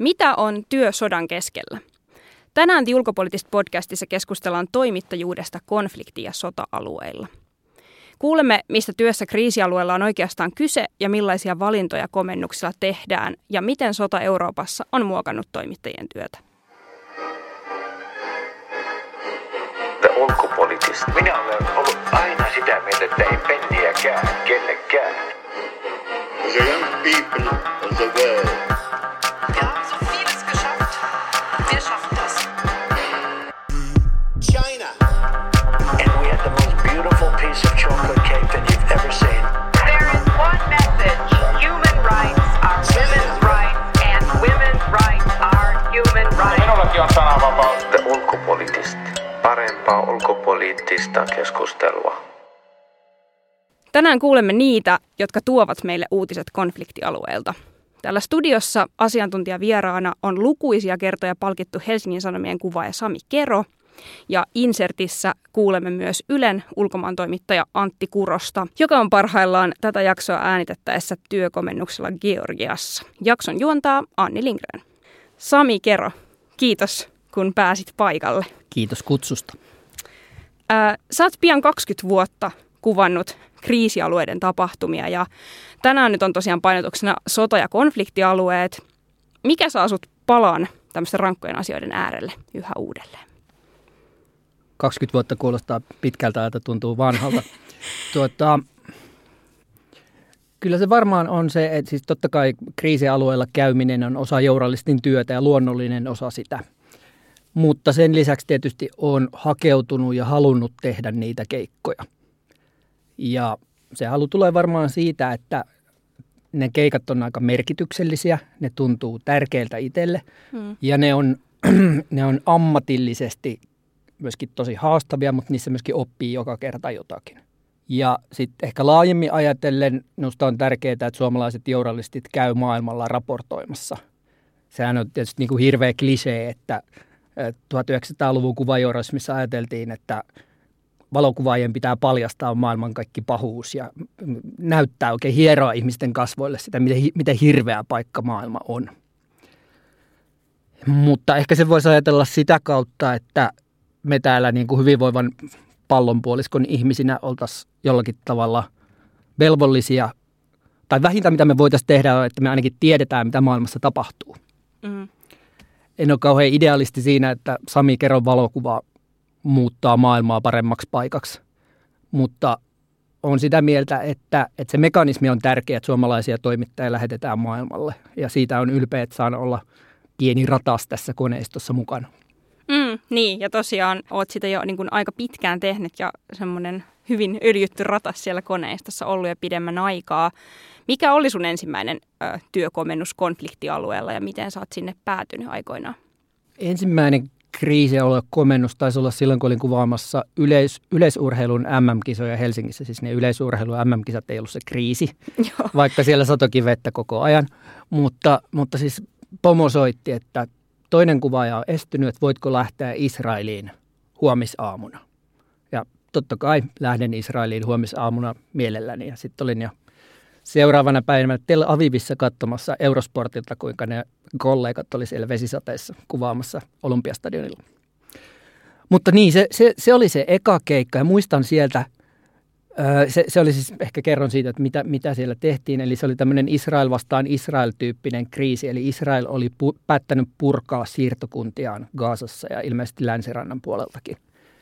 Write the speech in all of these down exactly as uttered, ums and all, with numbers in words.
Mitä on työ sodan keskellä? Tänään The Ulkopoliittista podcastissa keskustellaan toimittajuudesta konflikti- ja sota-alueilla. Kuulemme, mistä työssä kriisialueella on oikeastaan kyse ja millaisia valintoja komennuksilla tehdään ja miten sota Euroopassa on muokannut toimittajien työtä. Ulkopoliittista. Minä olen ollut aina sitä mieltä, että ei penniäkään kellekään. The young people of the world. Wir haben so vieles geschafft. Wir schaffen das. China. And we had the most beautiful piece of chocolate cake that you've ever seen. There is one message. Human rights are women's rights and women's rights are human rights. Minullakin on sananvapaus. The ulkopoliittista. Parempaa ulkopoliittista keskustelua. Tänään kuulemme niitä, jotka tuovat meille uutiset konfliktialueelta. Täällä studiossa asiantuntijavieraana on lukuisia kertoja palkittu Helsingin Sanomien kuvaaja Sami Kero. Ja Insertissä kuulemme myös Ylen ulkomaantoimittaja Antti Kurosta, joka on parhaillaan tätä jaksoa äänitettäessä työkomennuksella Georgiassa. Jakson juontaa Anni Lindgren. Sami Kero, kiitos kun pääsit paikalle. Kiitos kutsusta. Ää, sä oot pian kaksikymmentä vuotta kuvannut kriisialueiden tapahtumia ja tänään nyt on tosiaan painotuksena sota- ja konfliktialueet. Mikä saa sut palaan tämmöisten rankkojen asioiden äärelle yhä uudelleen? kaksikymmentä vuotta kuulostaa pitkältä ajalta, tuntuu vanhalta. tuota, kyllä se varmaan on se, että siis totta kai kriisialueella käyminen on osa journalistin työtä ja luonnollinen osa sitä. Mutta sen lisäksi tietysti on hakeutunut ja halunnut tehdä niitä keikkoja. Ja se halu tulee varmaan siitä, että ne keikat on aika merkityksellisiä, ne tuntuu tärkeiltä itselle hmm. ja ne on, ne on ammatillisesti myöskin tosi haastavia, mutta niissä myöskin oppii joka kerta jotakin. Ja sitten ehkä laajemmin ajatellen minusta on tärkeää, että suomalaiset journalistit käy maailmalla raportoimassa. Sehän on tietysti niin kuin hirveä klisee, että tuhatyhdeksänsataaluvun kuvajournalismissa ajateltiin, että valokuvaajien pitää paljastaa maailman kaikki pahuus ja näyttää oikein hieroa ihmisten kasvoille sitä, miten, miten hirveä paikka maailma on. Mutta ehkä se voisi ajatella sitä kautta, että me täällä niin kuin hyvinvoivan pallonpuoliskon ihmisinä oltaisiin jollakin tavalla velvollisia, tai vähintä mitä me voitaisiin tehdä on, että me ainakin tiedetään, mitä maailmassa tapahtuu. Mm. En ole kauhean idealisti siinä, että Sami Keron valokuva muuttaa maailmaa paremmaksi paikaksi, mutta on sitä mieltä, että, että se mekanismi on tärkeä, että suomalaisia toimittajia lähetetään maailmalle ja siitä on ylpeä, että saan olla pieni ratas tässä koneistossa mukana. Mm, niin, ja tosiaan olet sitä jo niin kuin aika pitkään tehnyt ja semmoinen hyvin öljytty ratas siellä koneistossa ollut jo pidemmän aikaa. Mikä oli sun ensimmäinen ö, työkomennus konfliktialueella ja miten sä oot sinne päätynyt aikoinaan? Ensimmäinen kriisialuekomennus taisi olla silloin, kun olin kuvaamassa yleis, yleisurheilun M M-kisoja Helsingissä. Siis ne yleisurheilun M M-kisat ei ollut se kriisi, Joo. vaikka siellä satokin vettä koko ajan. Mutta, mutta siis pomo soitti, että toinen kuvaaja on estynyt, että voitko lähteä Israeliin huomisaamuna. Ja totta kai lähden Israeliin huomisaamuna mielelläni. Ja sitten olin jo seuraavana päivänä Tel Avivissa katsomassa Eurosportilta, kuinka ne kollegat oli siellä vesisateessa kuvaamassa Olympiastadionilla. Mutta niin, se, se, se oli se eka keikka ja muistan sieltä, se, se oli siis, ehkä kerron siitä, että mitä, mitä siellä tehtiin. Eli se oli tämmöinen Israel vastaan Israel-tyyppinen kriisi, eli Israel oli pu, päättänyt purkaa siirtokuntiaan Gazassa ja ilmeisesti länsirannan puoleltakin.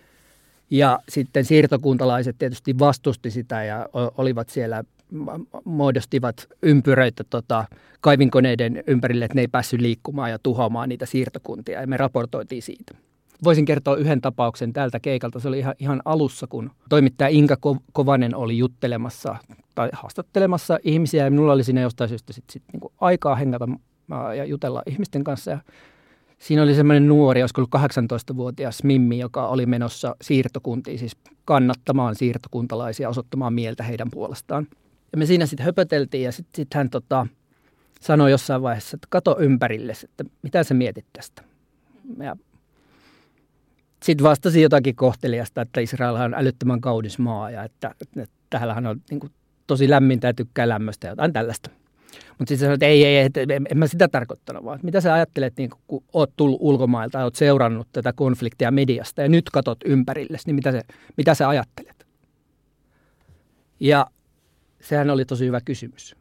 Ja sitten siirtokuntalaiset tietysti vastusti sitä ja olivat siellä, muodostivat ympyröitä tota, kaivinkoneiden ympärille, että ne ei päässyt liikkumaan ja tuhoamaan niitä siirtokuntia ja me raportoitiin siitä. Voisin kertoa yhden tapauksen tältä keikalta. Se oli ihan, ihan alussa, kun toimittaja Inka Kovanen oli juttelemassa tai haastattelemassa ihmisiä ja minulla oli siinä jostain syystä sit, sit, niin kuin aikaa hengata ja jutella ihmisten kanssa. Ja siinä oli semmoinen nuori, olisiko ollut kahdeksantoistavuotias Mimmi, joka oli menossa siirtokuntiin, siis kannattamaan siirtokuntalaisia, osoittamaan mieltä heidän puolestaan. Ja me siinä sitten höpöteltiin ja sitten sit hän tota, sanoi jossain vaiheessa, että kato ympärillesi, että mitä sä mietit tästä. Ja sitten vastasi jotakin kohteliasta, että Israel on älyttömän kaunis maa ja että, että täällähän on niin kuin tosi lämmintä ja tykkää lämmöstä ja jotain tällaista. Mutta sitten sanoin, että ei, ei, että en mä sitä tarkoittanut, vaan mitä sä ajattelet, niin kun oot tullut ulkomailta ja oot seurannut tätä konfliktia mediasta ja nyt katot ympärillesi, niin mitä, se, mitä sä ajattelet? Ja sehän oli tosi hyvä kysymys.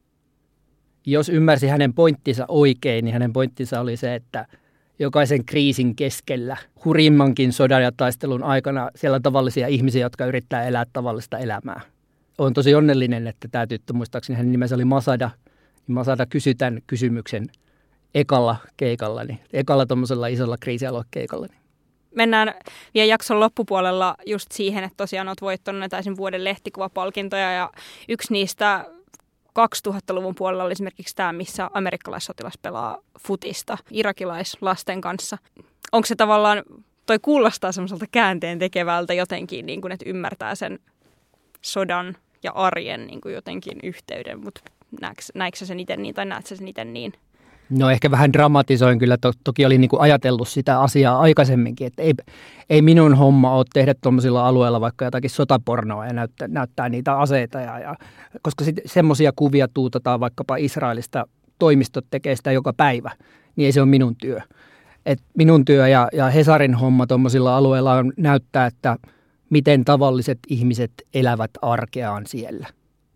Jos ymmärsi hänen pointtinsa oikein, niin hänen pointtinsa oli se, että jokaisen kriisin keskellä, hurjimmankin sodan ja taistelun aikana siellä on tavallisia ihmisiä, jotka yrittää elää tavallista elämää. Olen tosi onnellinen, että tämä tyttö, muistaakseni hänen nimensä oli Masada, niin Masada kysyi tämän kysymyksen ekalla keikallani, ekalla tuommoisella isolla kriisialuekeikallani. Mennään vielä jakson loppupuolella just siihen, että tosiaan olet voittanut näitä vuoden lehtikuvapalkintoja ja yksi niistä kaksituhattaluvun puolella oli esimerkiksi tämä, missä amerikkalaissotilas pelaa futista irakilaislasten kanssa. Onko se tavallaan, toi kuulostaa semmoiselta käänteen tekevältä jotenkin, niin kuin, että ymmärtää sen sodan ja arjen niin kuin jotenkin yhteyden, mutta näetkö, näetkö sä sen itse niin tai näetkö sä sen itse niin? No ehkä vähän dramatisoin kyllä, to, toki olin niin kuin ajatellut sitä asiaa aikaisemminkin, että ei, ei minun homma ole tehdä tuollaisilla alueilla vaikka jotakin sotapornoa ja näyttää, näyttää niitä aseita, ja, ja, koska semmoisia kuvia tuutataan vaikkapa Israelista, toimistot tekee sitä joka päivä, niin ei se ole minun työ. Et minun työ ja, ja Hesarin homma tuollaisilla alueilla on näyttää, että miten tavalliset ihmiset elävät arkeaan siellä.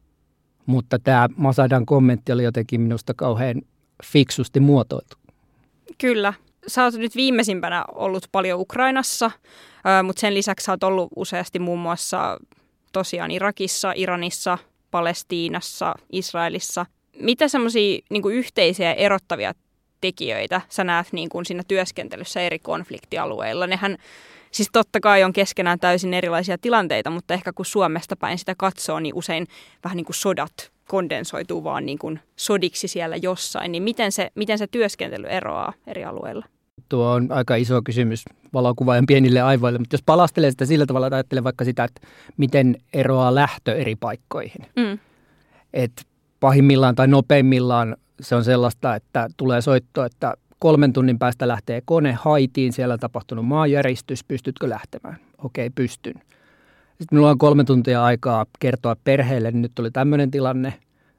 Mutta tämä Masadan kommentti oli jotenkin minusta kauhean fiksusti muotoiltu. Kyllä. Sä oot nyt viimeisimpänä ollut paljon Ukrainassa, mutta sen lisäksi sä oot ollut useasti muun muassa tosiaan Irakissa, Iranissa, Palestiinassa, Israelissa. Mitä semmoisia niin kuin yhteisiä erottavia tekijöitä sä näet niin kuin siinä työskentelyssä eri konfliktialueilla? Nehän siis totta kai on keskenään täysin erilaisia tilanteita, mutta ehkä kun Suomesta päin sitä katsoo, niin usein vähän niin kuin sodat kondensoituu vaan niin kuin sodiksi siellä jossain. Niin miten se, miten se työskentely eroaa eri alueilla? Tuo on aika iso kysymys valokuvaajan pienille aivoille, mutta jos palastelee sitä sillä tavalla, että ajattelen vaikka sitä, että miten eroaa lähtö eri paikkoihin. Mm. Että pahimmillaan tai nopeimmillaan se on sellaista, että tulee soitto, että kolmen tunnin päästä lähtee kone Haitiin, siellä on tapahtunut maanjäristys, pystytkö lähtemään? Okei, pystyn. Sitten minulla on kolme tuntia aikaa kertoa perheelle, niin nyt tuli tämmöinen tilanne,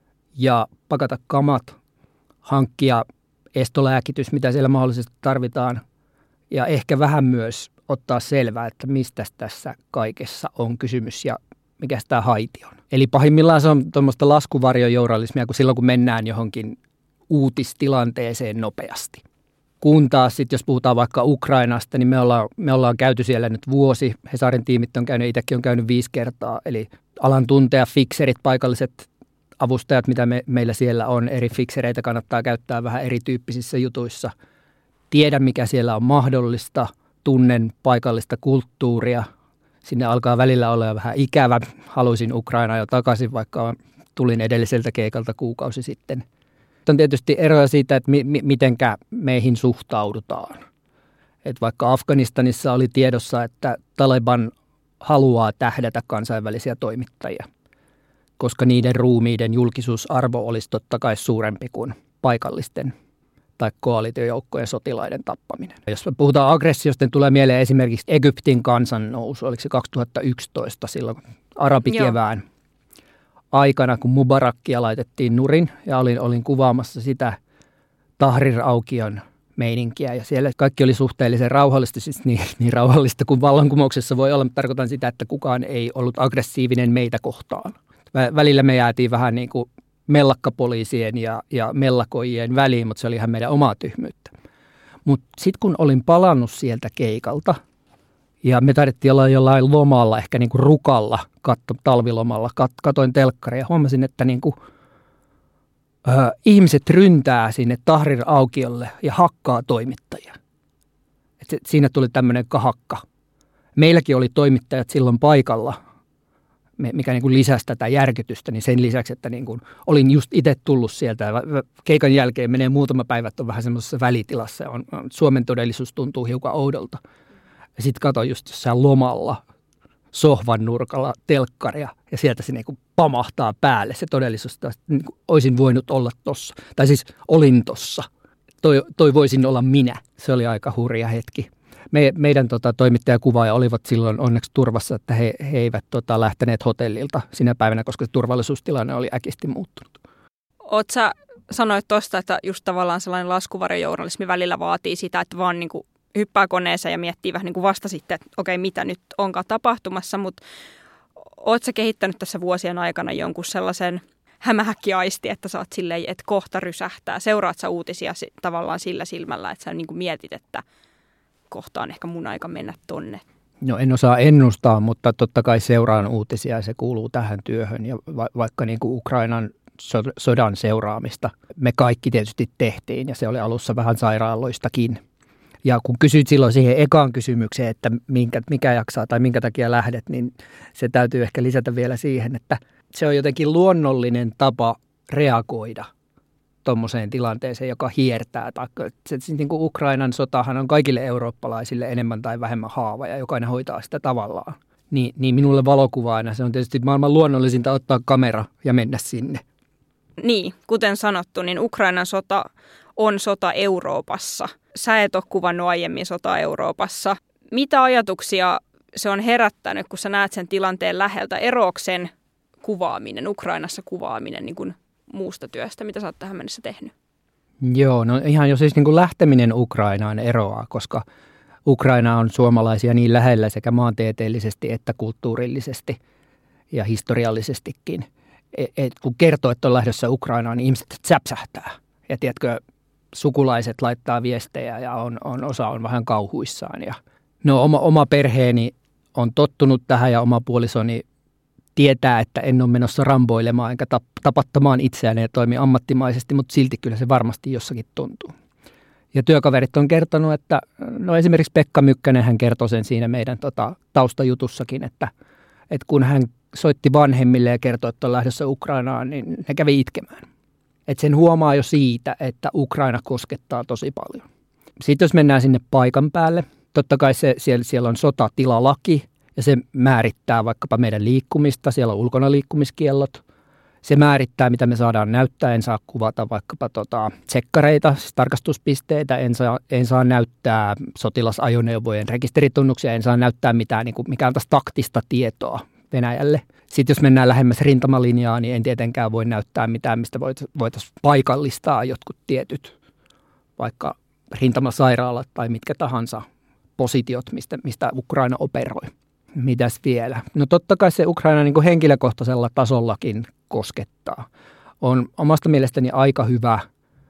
ja pakata kamat, hankkia estolääkitys, mitä siellä mahdollisesti tarvitaan, ja ehkä vähän myös ottaa selvää, että mistä tässä kaikessa on kysymys ja mikä tämä Haiti on. Eli pahimmillaan se on tuommoista laskuvarjojournalismia, kun silloin kun mennään johonkin uutistilanteeseen nopeasti. Kun taas sitten, jos puhutaan vaikka Ukrainasta, niin me ollaan, me ollaan käyty siellä nyt vuosi. Hesarin tiimit on käynyt, itsekin on käynyt viisi kertaa. Eli alan tunteja, fikserit, paikalliset avustajat, mitä me, meillä siellä on. Eri fiksereitä kannattaa käyttää vähän erityyppisissä jutuissa. Tiedän, mikä siellä on mahdollista. Tunnen paikallista kulttuuria. Sinne alkaa välillä olla vähän ikävä. Haluaisin Ukrainaa jo takaisin, vaikka tulin edelliseltä keikalta kuukausi sitten. On tietysti eroja siitä, että mi- mi- mitenkä meihin suhtaudutaan. Et vaikka Afganistanissa oli tiedossa, että Taliban haluaa tähdätä kansainvälisiä toimittajia, koska niiden ruumiiden julkisuusarvo olisi totta kai suurempi kuin paikallisten tai koalitiojoukkojen sotilaiden tappaminen. Jos puhutaan aggressiosta, niin tulee mieleen esimerkiksi Egyptin kansannousu, oliko se kaksituhattayksitoista silloin arabikevään Joo. aikana, kun Mubarakia laitettiin nurin, ja olin, olin kuvaamassa sitä Tahrir-aukion meininkiä, ja siellä kaikki oli suhteellisen rauhallista, siis niin, niin rauhallista kuin vallankumouksessa voi olla, mutta tarkoitan sitä, että kukaan ei ollut aggressiivinen meitä kohtaan. Välillä me jäätiin vähän niin kuin mellakkapoliisien ja, ja mellakoijien väliin, mutta se oli ihan meidän omaa tyhmyyttä. Mutta sitten kun olin palannut sieltä keikalta, ja me taidettiin olla jollain lomalla, ehkä niin kuin rukalla, katto, talvilomalla, kat, katoin telkkaria ja huomasin, että niin kuin, ö, ihmiset ryntää sinne Tahrir-aukiolle ja hakkaa toimittajia. Et se, siinä tuli tämmöinen kahakka. Meilläkin oli toimittajat silloin paikalla, mikä niin kuin lisäsi tätä järkytystä, niin sen lisäksi, että niin kuin olin just itse tullut sieltä ja keikan jälkeen menee muutama päivä, on vähän semmoisessa välitilassa ja on, Suomen todellisuus tuntuu hiukan oudolta. Ja sitten katsoin just jossain lomalla sohvan nurkalla telkkaria ja sieltä se niin kuin pamahtaa päälle se todellisuus, että niin kuin olisin voinut olla tossa. Tai siis olin tossa. Toi, toi voisin olla minä. Se oli aika hurja hetki. Me, meidän tota, toimittajakuvaaja olivat silloin onneksi turvassa, että he, he eivät tota, lähteneet hotellilta sinä päivänä, koska se turvallisuustilanne oli äkisti muuttunut. Oot sä sanoit tuosta, että just tavallaan sellainen laskuvarjojournalismi välillä vaatii sitä, että vaan niin kuin hyppää koneeseen ja miettii vähän niin kuin vasta sitten, että okei, mitä nyt onkaan tapahtumassa, mutta oot sä kehittänyt tässä vuosien aikana jonkun sellaisen hämähäkkiaisti, että sä oot silleen, että kohta rysähtää. Seuraat sä uutisia tavallaan sillä silmällä, että sä niin kuin mietit, että kohta on ehkä mun aika mennä tonne. No en osaa ennustaa, mutta totta kai seuraan uutisia ja se kuuluu tähän työhön. Ja va- vaikka niin kuin Ukrainan so- sodan seuraamista me kaikki tietysti tehtiin ja se oli alussa vähän sairaaloistakin. Ja kun kysyit silloin siihen ekaan kysymykseen, että minkä, mikä jaksaa tai minkä takia lähdet, niin se täytyy ehkä lisätä vielä siihen, että se on jotenkin luonnollinen tapa reagoida tuommoiseen tilanteeseen, joka hiertää. Se, niin kuin Ukrainan sotahan on kaikille eurooppalaisille enemmän tai vähemmän haava ja jokainen hoitaa sitä tavallaan. Niin, niin minulle valokuvaajana se on tietysti maailman luonnollisinta ottaa kamera ja mennä sinne. Niin, kuten sanottu, niin Ukrainan sota on sota Euroopassa. Sä et ole kuvannut aiemmin sotaa Euroopassa. Mitä ajatuksia se on herättänyt, kun sä näet sen tilanteen läheltä? Eroako sen kuvaaminen, Ukrainassa kuvaaminen niin kuin muusta työstä, mitä sä oot tähän mennessä tehnyt? Joo, no ihan jo siis niin kuin lähteminen Ukrainaan eroaa, koska Ukraina on suomalaisia niin lähellä sekä maantieteellisesti että kulttuurillisesti ja historiallisestikin. Et, et kun kertoo, että on lähdössä Ukrainaan, niin ihmiset säpsähtää. Ja tiedätkö, sukulaiset laittaa viestejä ja on, on, osa on vähän kauhuissaan. Ja no oma, oma perheeni on tottunut tähän ja oma puolisoni tietää, että en ole menossa ramboilemaan enkä tap, tapattamaan itseäni ja toimi ammattimaisesti, mutta silti kyllä se varmasti jossakin tuntuu. Ja työkaverit on kertonut, että no esimerkiksi Pekka Mykkänen, hän kertoi sen siinä meidän tota, taustajutussakin, että, että kun hän soitti vanhemmille ja kertoi, että on lähdössä Ukrainaan, niin ne kävi itkemään. Että sen huomaa jo siitä, että Ukraina koskettaa tosi paljon. Sitten jos mennään sinne paikan päälle, totta kai se, siellä, siellä on sotatilalaki ja se määrittää vaikkapa meidän liikkumista, siellä on ulkona liikkumiskiellot. Se määrittää, mitä me saadaan näyttää. En saa kuvata vaikkapa tota, tsekkareita, siis tarkastuspisteitä, en saa, en saa näyttää sotilasajoneuvojen rekisteritunnuksia, en saa näyttää mitään, niin kuin, mikä on taas taktista tietoa Venäjälle. Sitten jos mennään lähemmäs rintamalinjaa, niin en tietenkään voi näyttää mitään, mistä voitaisiin paikallistaa jotkut tietyt, vaikka rintamasairaalat tai mitkä tahansa positiot, mistä, mistä Ukraina operoi. Mitäs vielä? No totta kai se Ukraina niin kuin henkilökohtaisella tasollakin koskettaa. On omasta mielestäni aika hyvä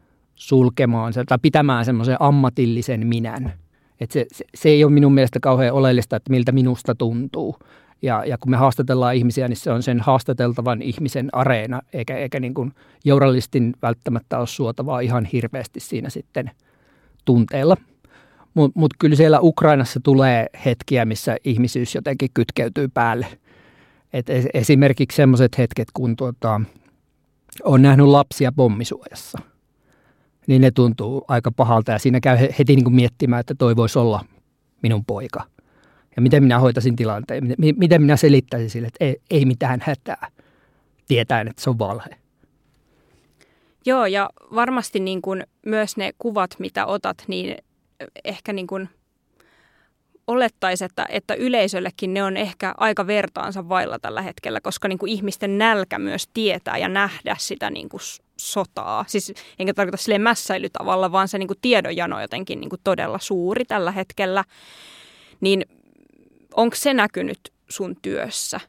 sulkemaan tai pitämään semmoisen ammatillisen minän. Et se, se, se ei ole minun mielestä kauhean oleellista, että miltä minusta tuntuu. Ja, ja kun me haastatellaan ihmisiä, niin se on sen haastateltavan ihmisen areena, eikä, eikä niin kuin journalistin välttämättä ole suotavaa ihan hirveästi siinä sitten tunteella. Mutta mut kyllä siellä Ukrainassa tulee hetkiä, missä ihmisyys jotenkin kytkeytyy päälle. Et esimerkiksi sellaiset hetket, kun tuota, on nähnyt lapsia pommisuojassa, niin ne tuntuu aika pahalta. Ja siinä käy heti niin kuin miettimään, että toi voisi olla minun poika. Ja miten minä hoitaisin tilanteen, miten minä selittäisin sille, että ei, ei mitään hätää, tietäen, että se on valhe. Joo, ja varmasti niin kuin myös ne kuvat, mitä otat, niin ehkä niin kuin olettaisi, että, että yleisöllekin ne on ehkä aika vertaansa vailla tällä hetkellä, koska niin kuin ihmisten nälkä myös tietää ja nähdä sitä niin kuin sotaa. Siis enkä tarkoita silleen mässäilytavalla, vaan se niin kuin tiedonjano jotenkin niin kuin todella suuri tällä hetkellä. Niin onko se näkynyt sun työssä?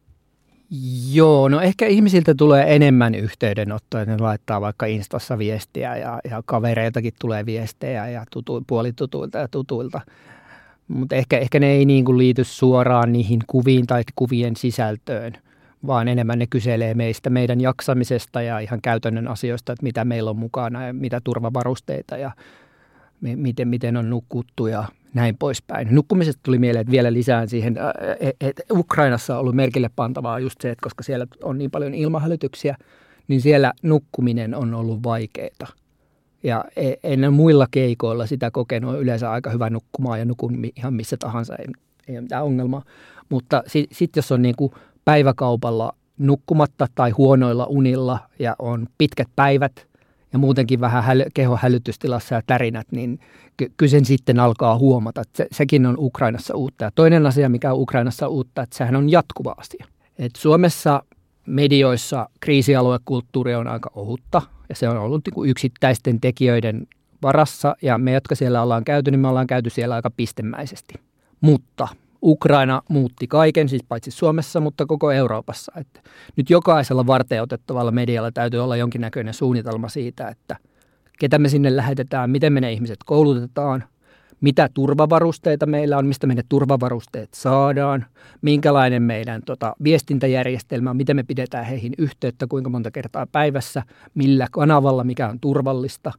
Joo, no ehkä ihmisiltä tulee enemmän yhteydenottoja, ne laittaa vaikka Instassa viestiä ja, ja kavereiltakin tulee viestejä ja tutu, puolitutuilta ja tutuilta. Mutta ehkä, ehkä ne ei niin kuin liity suoraan niihin kuviin tai kuvien sisältöön, vaan enemmän ne kyselee meistä, meidän jaksamisesta ja ihan käytännön asioista, että mitä meillä on mukana ja mitä turvavarusteita ja miten, miten on nukuttu ja näin poispäin. Nukkumisesta tuli mieleen, että vielä lisään siihen, että Ukrainassa on ollut merkille pantavaa just se, että koska siellä on niin paljon ilmahälytyksiä, niin siellä nukkuminen on ollut vaikeaa. Ja ennen muilla keikoilla sitä kokenut yleensä aika hyvä nukkumaan ja nukun ihan missä tahansa, ei, ei ole mitään ongelmaa. Mutta sitten sit jos on niin kuin päiväkaupalla nukkumatta tai huonoilla unilla ja on pitkät päivät ja muutenkin vähän häly, kehon hälytystilassa ja tärinät, niin ky- kyllä sen sitten alkaa huomata, että se, sekin on Ukrainassa uutta. Ja toinen asia, mikä on Ukrainassa uutta, että sehän on jatkuva asia. Et Suomessa medioissa kriisialuekulttuuri on aika ohutta ja se on ollut niin kuin yksittäisten tekijöiden varassa ja me, jotka siellä ollaan käyty, niin me ollaan käyty siellä aika pistemäisesti. Mutta Ukraina muutti kaiken, siis paitsi Suomessa, mutta koko Euroopassa. Että nyt jokaisella varteenotettavalla medialla täytyy olla jonkinnäköinen suunnitelma siitä, että ketä me sinne lähetetään, miten me ne ihmiset koulutetaan, mitä turvavarusteita meillä on, mistä meidän turvavarusteet saadaan, minkälainen meidän tota, viestintäjärjestelmä on, miten me pidetään heihin yhteyttä, kuinka monta kertaa päivässä, millä kanavalla, mikä on turvallista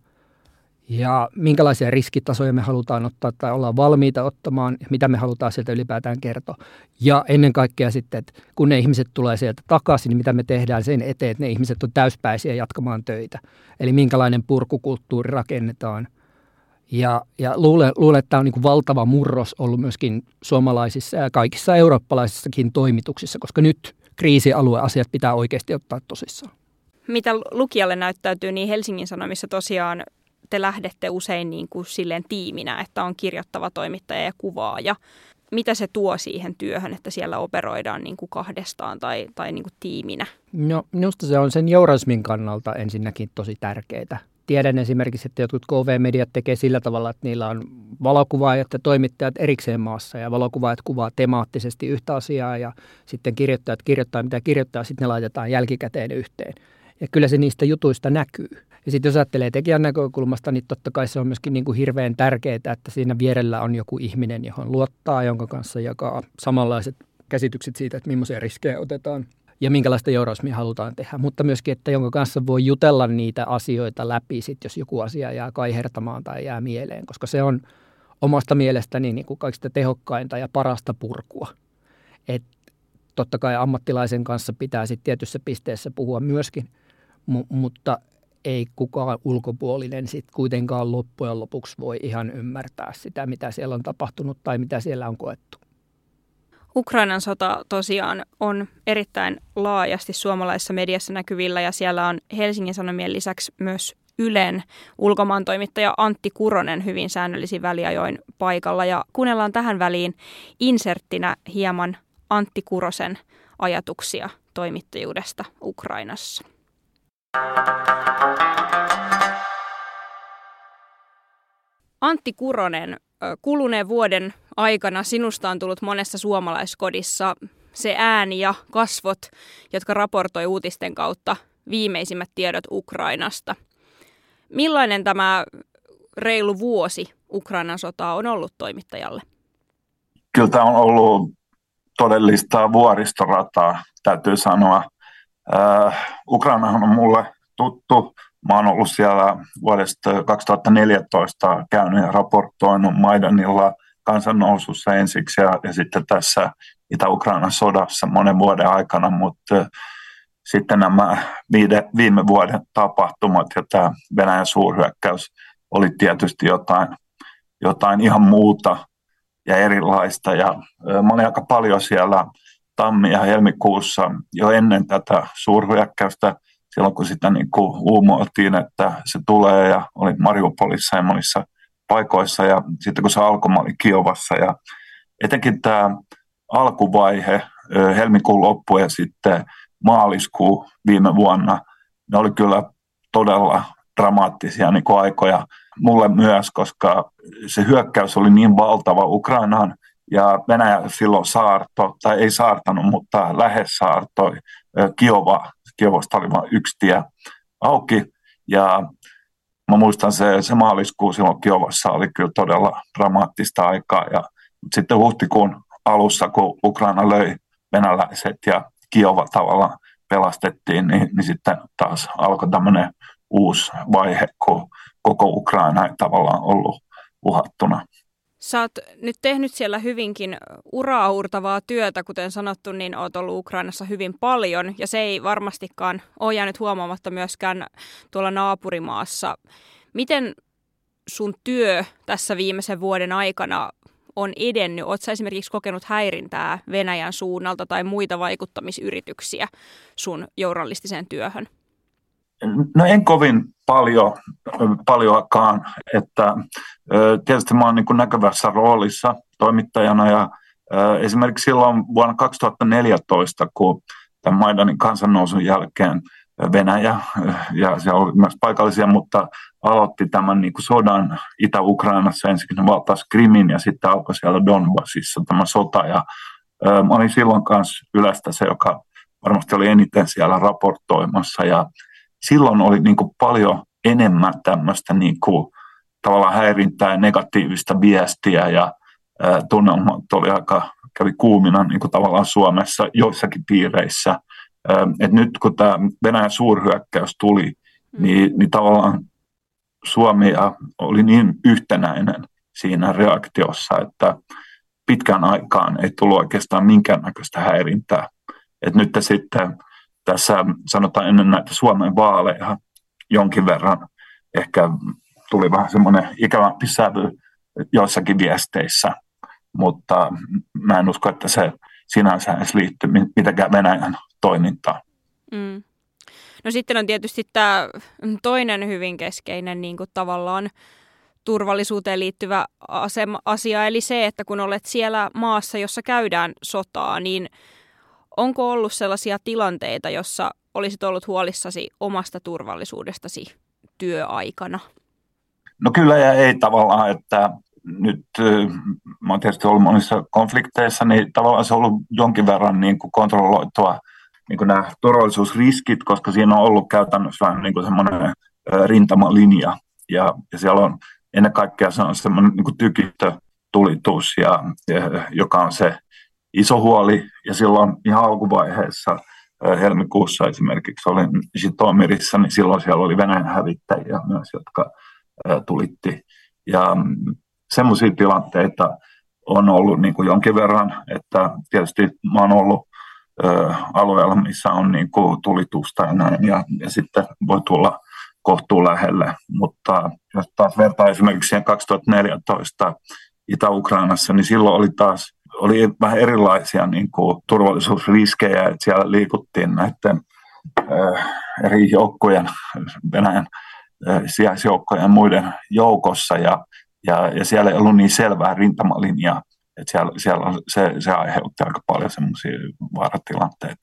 ja minkälaisia riskitasoja me halutaan ottaa tai ollaan valmiita ottamaan ja mitä me halutaan sieltä ylipäätään kertoa. Ja ennen kaikkea sitten, että kun ne ihmiset tulee sieltä takaisin, niin mitä me tehdään sen eteen, että ne ihmiset on täyspäisiä jatkamaan töitä. Eli minkälainen purkukulttuuri rakennetaan. Ja, ja luulen, luulen, että tämä on niin kuin valtava murros ollut myöskin suomalaisissa ja kaikissa eurooppalaisissakin toimituksissa, koska nyt kriisialueasiat pitää oikeasti ottaa tosissaan. Mitä lukijalle näyttäytyy, niin Helsingin Sanomissa tosiaan te lähdette usein niin kuin silleen tiiminä, että on kirjoittava toimittaja ja kuvaaja. Mitä se tuo siihen työhön, että siellä operoidaan niin kuin kahdestaan tai, tai niin kuin tiiminä? No minusta se on sen journalismin kannalta ensinnäkin tosi tärkeää. Tiedän esimerkiksi, että jotkut K V-mediat tekee sillä tavalla, että niillä on valokuvaajat ja toimittajat erikseen maassa ja valokuvaajat kuvaa temaattisesti yhtä asiaa ja sitten kirjoittajat kirjoittaa mitä kirjoittaa, sitten ne laitetaan jälkikäteen yhteen. Ja kyllä se niistä jutuista näkyy. Ja sitten jos ajattelee tekijän näkökulmasta, niin totta kai se on myöskin niin kuin hirveän tärkeää, että siinä vierellä on joku ihminen, johon luottaa, jonka kanssa jakaa samanlaiset käsitykset siitä, että millaisia riskejä otetaan ja minkälaista journalismia halutaan tehdä. Mutta myöskin, että jonka kanssa voi jutella niitä asioita läpi, sit, jos joku asia jää kaihertamaan tai jää mieleen, koska se on omasta mielestäni niin kuin kaikista tehokkainta ja parasta purkua. Et totta kai ammattilaisen kanssa pitää sitten tietyssä pisteessä puhua myöskin, mu- mutta ei kukaan ulkopuolinen sitten kuitenkaan loppujen lopuksi voi ihan ymmärtää sitä, mitä siellä on tapahtunut tai mitä siellä on koettu. Ukrainan sota tosiaan on erittäin laajasti suomalaisessa mediassa näkyvillä ja siellä on Helsingin Sanomien lisäksi myös Ylen ulkomaantoimittaja Antti Kuronen hyvin säännöllisin väliajoin paikalla. Ja kuunnellaan tähän väliin inserttinä hieman Antti Kurosen ajatuksia toimittajuudesta Ukrainassa. Antti Kuronen, kuluneen vuoden aikana sinusta on tullut monessa suomalaiskodissa se ääni ja kasvot, jotka raportoi uutisten kautta viimeisimmät tiedot Ukrainasta. Millainen tämä reilu vuosi Ukrainan sotaa on ollut toimittajalle? Kyllä tämä on ollut todellista vuoristorataa, täytyy sanoa. Äh, Ukrainahan on mulle tuttu. Mä oon ollut siellä vuodesta kaksituhattaneljätoista käynyt ja raportoinut Maidanilla kansannousussa ensiksi ja, ja sitten tässä Itä-Ukrainan sodassa monen vuoden aikana, mutta sitten nämä viide, viime vuoden tapahtumat ja tämä Venäjän suurhyökkäys oli tietysti jotain, jotain ihan muuta ja erilaista. Ja mä olin aika paljon siellä tammi- ja helmikuussa jo ennen tätä suurhyökkäystä, silloin kun sitä niin kuin uumoiltiin, että se tulee ja oli Mariupolissa ja monissa paikoissa ja sitten kun se alkoi, mä olin Kiovassa ja etenkin tämä alkuvaihe, helmikuun loppu ja sitten maaliskuu viime vuonna, ne oli kyllä todella dramaattisia niin kuin aikoja mulle myös, koska se hyökkäys oli niin valtava Ukrainaan ja Venäjä silloin saarto, tai ei saartanut, mutta lähes saartoi Kiova. Kiovasta oli vain yksi tie auki ja mä muistan se, se maaliskuu silloin Kiovassa oli kyllä todella dramaattista aikaa ja sitten huhtikuun alussa, kun Ukraina löi venäläiset ja Kiova tavallaan pelastettiin, niin, niin sitten taas alkoi tämmöinen uusi vaihe, kun koko Ukraina ei tavallaan ollut uhattuna. Sä oot nyt tehnyt siellä hyvinkin uraauurtavaa työtä, kuten sanottu, niin oot ollut Ukrainassa hyvin paljon ja se ei varmastikaan ole jäänyt huomaamatta myöskään tuolla naapurimaassa. Miten sun työ tässä viimeisen vuoden aikana on edennyt? Oletko sä esimerkiksi kokenut häirintää Venäjän suunnalta tai muita vaikuttamisyrityksiä sun journalistiseen työhön? No en kovin paljon, paljoakaan, että tietysti mä oon niin kuin näkyvässä roolissa toimittajana ja esimerkiksi silloin vuonna kaksituhattaneljätoista, kun tämän Maidanin kansannousun jälkeen Venäjä, ja siellä oli myös paikallisia, mutta aloitti tämän niin kuin sodan Itä-Ukrainassa, ensin valtaisi Krimin ja sitten alkoi siellä Donbassissa tämä sota. Ja, ä, mä olin silloin kanssa Ylestä se, joka varmasti oli eniten siellä raportoimassa, ja silloin oli niin kuin paljon enemmän tämmöistä niin kuin tavallaan häirintää ja negatiivista viestiä, ja ä, tunnelmat oli aika, kävi kuumina niin kuin tavallaan Suomessa joissakin piireissä. Et nyt kun tämä Venäjän suurhyökkäys tuli, mm. niin, niin tavallaan Suomi oli niin yhtenäinen siinä reaktiossa, että pitkään aikaan ei tullut oikeastaan minkäännäköistä häirintää. Et nyt sitten tässä sanotaan ennen näitä Suomen vaaleja jonkin verran ehkä tuli vähän semmoinen ikävämpi sävy joissakin viesteissä, mutta mä en usko, että se sinänsä edes liittyy mitenkään Venäjän toimintaa. Mm. No sitten on tietysti tämä toinen hyvin keskeinen niin kuin tavallaan turvallisuuteen liittyvä asema, asia, eli se, että kun olet siellä maassa, jossa käydään sotaa, niin onko ollut sellaisia tilanteita, jossa olisit ollut huolissasi omasta turvallisuudestasi työaikana? No kyllä ja ei tavallaan, että nyt mä oon tietysti ollut monissa konflikteissa, niin tavallaan se on ollut jonkin verran niin kuin kontrolloitua niin kuin nämä turvallisuusriskit, koska siinä on ollut käytännössä vähän niin kuin semmoinen rintamalinja, ja, ja siellä on ennen kaikkea se on semmoinen niin kuin tykistötulitus, ja, ja, joka on se iso huoli, ja silloin ihan alkuvaiheessa helmikuussa esimerkiksi olin Žitomirissa, niin silloin siellä oli Venäjän hävittäjiä myös, jotka ää, tulitti, ja semmoisia tilanteita on ollut niin kuin jonkin verran, että tietysti mä oon ollut ö, alueella, missä on niin kuin tulitusta ja näin, ja, ja sitten voi tulla kohtuu lähelle, mutta jos taas vertaa esimerkiksi siihen kaksituhattaneljätoista Itä-Ukrainassa, niin silloin oli taas oli vähän erilaisia niin kuin turvallisuusriskejä, että siellä liikuttiin näiden ö, eri joukkojen, Venäjän ö, sijaisjoukkojen ja muiden joukossa, ja Ja, ja siellä ei ollut niin selvää rintamalinjaa, että siellä, siellä se, se aiheutti aika paljon semmoisia vaaratilanteita.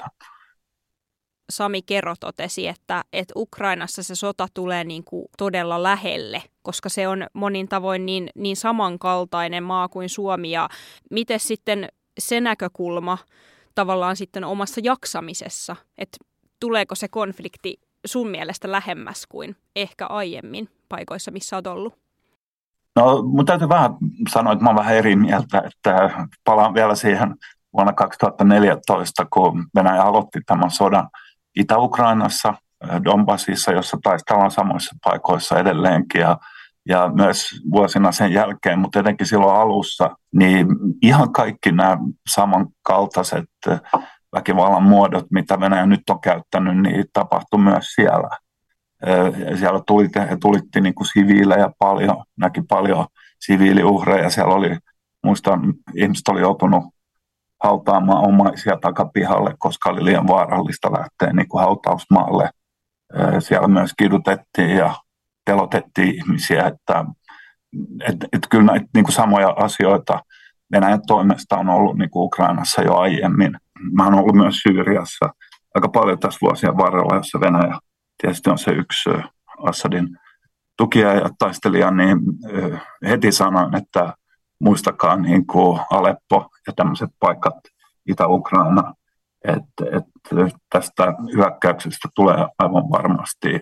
Sami Kero totesi, että, että Ukrainassa se sota tulee niin kuin todella lähelle, koska se on monin tavoin niin, niin samankaltainen maa kuin Suomi. Ja miten sitten se näkökulma tavallaan sitten omassa jaksamisessa, että tuleeko se konflikti sun mielestä lähemmäs kuin ehkä aiemmin paikoissa, missä olet ollut? No, mun täytyy vähän sanoa, että mä oon vähän eri mieltä, että palaan vielä siihen vuonna kaksituhattaneljätoista, kun Venäjä aloitti tämän sodan Itä-Ukrainassa, Donbassissa, jossa taistellaan samoissa paikoissa edelleenkin, ja, ja myös vuosina sen jälkeen, mutta etenkin silloin alussa, niin ihan kaikki nämä samankaltaiset väkivallan muodot, mitä Venäjä nyt on käyttänyt, niin tapahtui myös siellä. Siellä tuli, tulitti niin kuin siviilejä paljon, näki paljon siviiliuhreja. Siellä oli, muistan, ihmiset oli joutunut hautaamaan omaisia takapihalle, koska oli liian vaarallista lähteä niin kuin hautausmaalle. Siellä myös kidutettiin ja telotettiin ihmisiä. Että, et, et kyllä näitä niin kuin samoja asioita Venäjän toimesta on ollut niin kuin Ukrainassa jo aiemmin. Mä oon ollut myös Syyriassa aika paljon tässä vuosien varrella, jossa Venäjä tietysti on se yksi Assadin tukija ja taistelija, niin heti sanoin, että muistakaa niin kuin Aleppo ja tämmöiset paikat Itä-Ukraina, että, että tästä hyökkäyksestä tulee aivan varmasti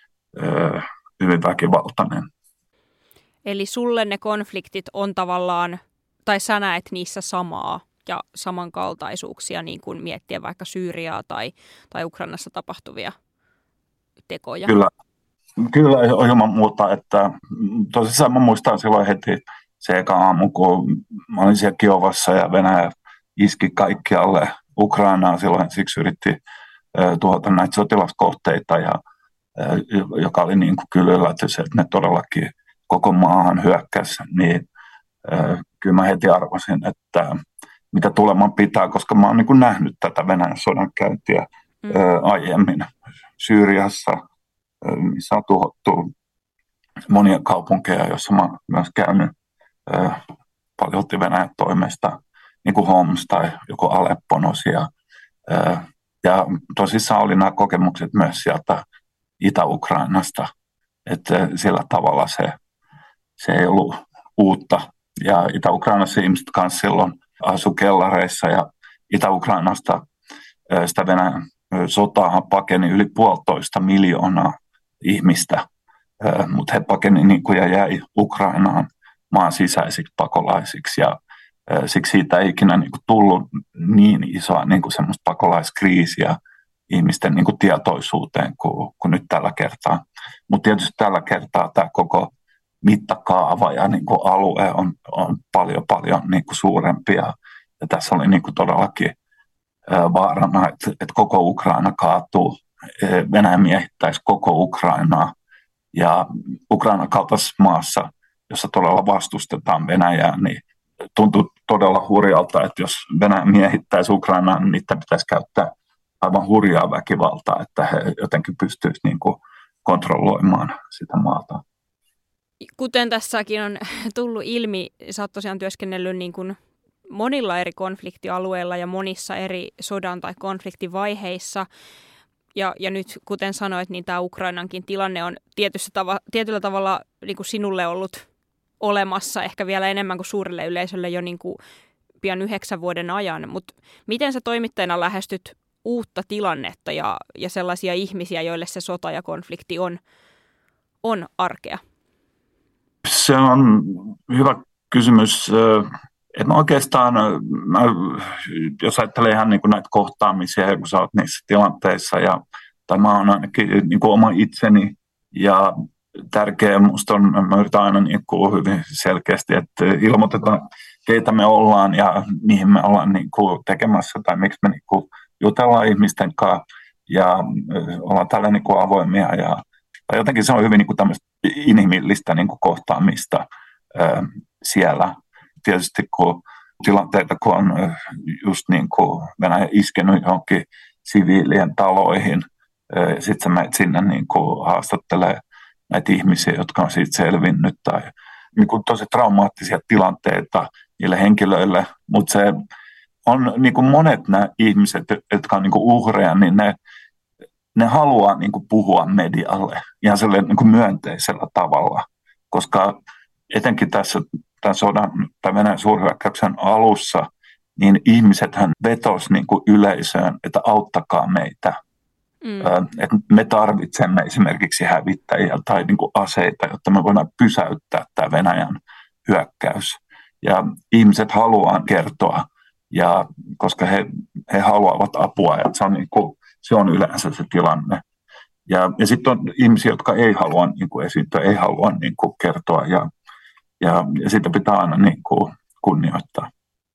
hyvin väkivaltainen. Eli sulle ne konfliktit on tavallaan, tai sä näet niissä samaa ja samankaltaisuuksia, niin kuin miettiä vaikka Syyriaa tai, tai Ukrainassa tapahtuvia tekoja. Kyllä, kyllä ilman muuta, että tosissaan mä muistan silloin heti se eka aamu, kun mä olin siellä Kiovassa ja Venäjä iski kaikkialle Ukrainaan, silloin siksi yritti tuhota näitä sotilaskohteita, ja, joka oli niin kuin kyllä yllätys, että ne todellakin koko maahan hyökkäsi, niin kyllä mä heti arvasin, että mitä tuleman pitää, koska mä oon niin kuin nähnyt tätä Venäjän sodankäyntiä mm. aiemmin Syyriassa, missä on tuhottu monia kaupunkeja, joissa mä oon myös käynyt paljolti Venäjän toimesta, niin kuin Homs tai joku Aleppon osia. Ja tosissaan oli nämä kokemukset myös sieltä Itä-Ukrainasta, että sillä tavalla se, se ei ollut uutta. Ja Itä-Ukrainassa ihmiset kanssa silloin asu kellareissa ja Itä-Ukrainasta sitä Venäjän sotaa pakeni yli puolitoista miljoonaa ihmistä, mutta he pakeni niin kuin ja jäi Ukrainaan maan sisäisiksi pakolaisiksi ja siksi siitä ei ikinä niin kuin tullut niin isoa niin kuin semmoista pakolaiskriisiä ihmisten niin kuin tietoisuuteen kuin, kuin nyt tällä kertaa. Mutta tietysti tällä kertaa tämä koko mittakaava ja niin kuin alue on, on paljon paljon niin kuin suurempi ja, ja tässä oli niin kuin todellakin ää, vaarana, että, että koko Ukraina kaatuu, Venäjä miehittäisi koko Ukrainaa ja Ukrainan kaltaisessa maassa, jossa todella vastustetaan Venäjää, niin tuntuu todella hurjalta, että jos Venäjä miehittäisi Ukrainaa, niin niitä pitäisi käyttää aivan hurjaa väkivaltaa, että he jotenkin pystyisivät niin kuin kontrolloimaan sitä maata. Kuten tässäkin on tullut ilmi, sä oot tosiaan työskennellyt niin kuin monilla eri konfliktialueilla ja monissa eri sodan tai konfliktivaiheissa. Ja, ja nyt, kuten sanoit, niin tämä Ukrainankin tilanne on tava, tietyllä tavalla niin kuin sinulle ollut olemassa, ehkä vielä enemmän kuin suurelle yleisölle jo niin kuin pian yhdeksän vuoden ajan. Mutta miten sä toimittajana lähestyt uutta tilannetta ja, ja sellaisia ihmisiä, joille se sota ja konflikti on, on arkea? Se on hyvä kysymys. Että oikeastaan, mä, jos ajattelee ihan niin kuin näitä kohtaamisia, kun sä oot niissä tilanteissa, ja, tai mä oon ainakin niin kuin oma itseni, ja tärkeää musta on, mä yritän aina niin kuin hyvin selkeästi, että ilmoitetaan, keitä me ollaan ja mihin me ollaan niin kuin tekemässä, tai miksi me niin kuin jutellaan ihmisten kanssa, ja ollaan tällä niin kuin avoimia, ja tai jotenkin se on hyvin niin kuin tämmöistä inhimillistä niin kuin kohtaamista ää, siellä. Tietysti kun tilanteita, kun on just niin kuin Venäjä iskenyt johonkin siviilien taloihin, ja sitten sä menet sinne niin kuin haastattelee näitä ihmisiä, jotka on siitä selvinnyt, tai niin kuin tosi traumaattisia tilanteita niille henkilöille, mutta se on niin kuin monet nämä ihmiset, jotka on niin kuin uhreja, niin ne, ne haluaa niin kuin puhua medialle ihan niin kuin myönteisellä tavalla, koska etenkin tässä tämän sodan tai Venäjän suurhyökkäyksen alussa, niin ihmisethän vetosi niin kuin yleisöön, että auttakaa meitä. Mm. Että me tarvitsemme esimerkiksi hävittäjiä tai niin kuin aseita, jotta me voidaan pysäyttää tämä Venäjän hyökkäys. Ja ihmiset haluaa kertoa, ja koska he, he haluavat apua, että se on, niin kuin, se on yleensä se tilanne. Ja, ja sitten on ihmisiä, jotka ei halua niin kuin esiintyä, ei halua niin kuin kertoa, ja, ja, ja sitä pitää aina niin kuin kunnioittaa.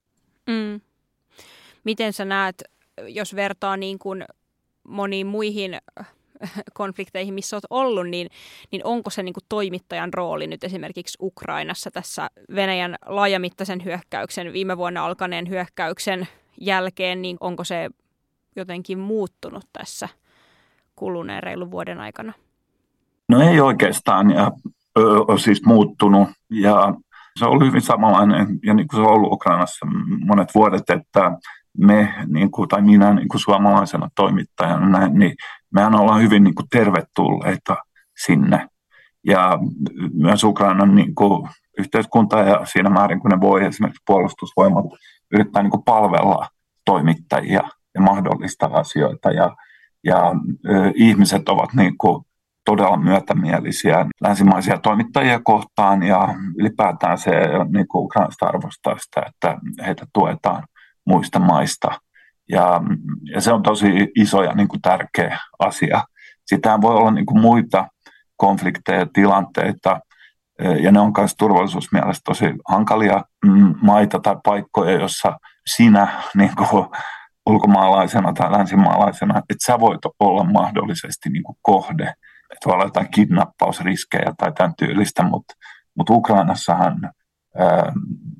Mm. Miten sä näet, jos vertaa niin kuin moniin muihin konflikteihin, missä olet ollut, niin, niin onko se niin kuin toimittajan rooli nyt esimerkiksi Ukrainassa tässä Venäjän laajamittaisen hyökkäyksen, viime vuonna alkaneen hyökkäyksen jälkeen, niin onko se jotenkin muuttunut tässä kuluneen reilun vuoden aikana? No ei oikeastaan, ja on siis muuttunut, ja se on ollut hyvin samanlainen, ja niin kuin se on ollut Ukrainassa monet vuodet, että me, niin kuin, tai minä niin kuin suomalaisena toimittajana, niin mehän ollaan hyvin niin kuin tervetulleita sinne. Ja myös Ukrainan niin kuin yhteiskunta ja siinä määrin, kun ne voi esimerkiksi puolustusvoimat yrittää niin kuin palvella toimittajia ja mahdollistaa asioita. Ja, ja ö, ihmiset ovat niin kuin todella myötämielisiä länsimaisia toimittajia kohtaan ja ylipäätään se niin kuin Ukrainasta arvostaa sitä, että heitä tuetaan muista maista. Ja, ja se on tosi iso ja niin kuin tärkeä asia. Sitä voi olla niin kuin muita konflikteja, tilanteita, ja ne on myös turvallisuusmielestä tosi hankalia maita tai paikkoja, jossa sinä niin kuin ulkomaalaisena tai länsimaalaisena, että sä voit olla mahdollisesti niin kuin kohde. Että voi olla jotain kidnappausriskejä tai tämän tyylistä, mutta, mutta Ukrainassahan ää,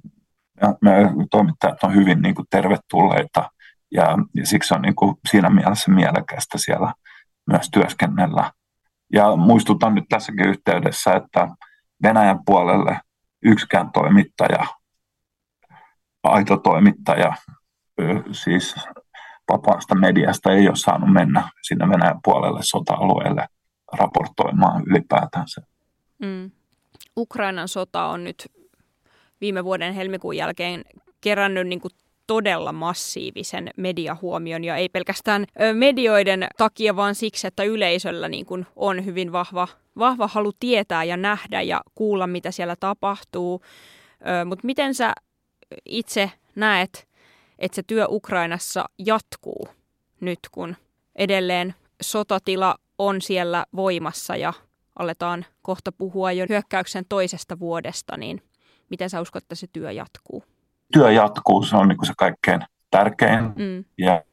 me toimittajat on hyvin niin kuin tervetulleita ja, ja siksi on niin kuin siinä mielessä mielekästä siellä myös työskennellä. Ja muistutan nyt tässäkin yhteydessä, että Venäjän puolelle yksikään toimittaja, aito toimittaja, siis vapaasta mediasta ei ole saanut mennä sinne Venäjän puolelle sota-alueelle raportoimaan ylipäätänsä. Mm. Ukrainan sota on nyt viime vuoden helmikuun jälkeen kerännyt niin kuin todella massiivisen mediahuomion ja ei pelkästään medioiden takia, vaan siksi, että yleisöllä niin kuin on hyvin vahva, vahva halu tietää ja nähdä ja kuulla, mitä siellä tapahtuu. Mutta miten sä itse näet, että se työ Ukrainassa jatkuu nyt, kun edelleen sotatila on siellä voimassa ja aletaan kohta puhua jo hyökkäyksen toisesta vuodesta, niin miten sä uskot, että se työ jatkuu? Työ jatkuu, se on niin kuin se kaikkein tärkein. Mm. Ja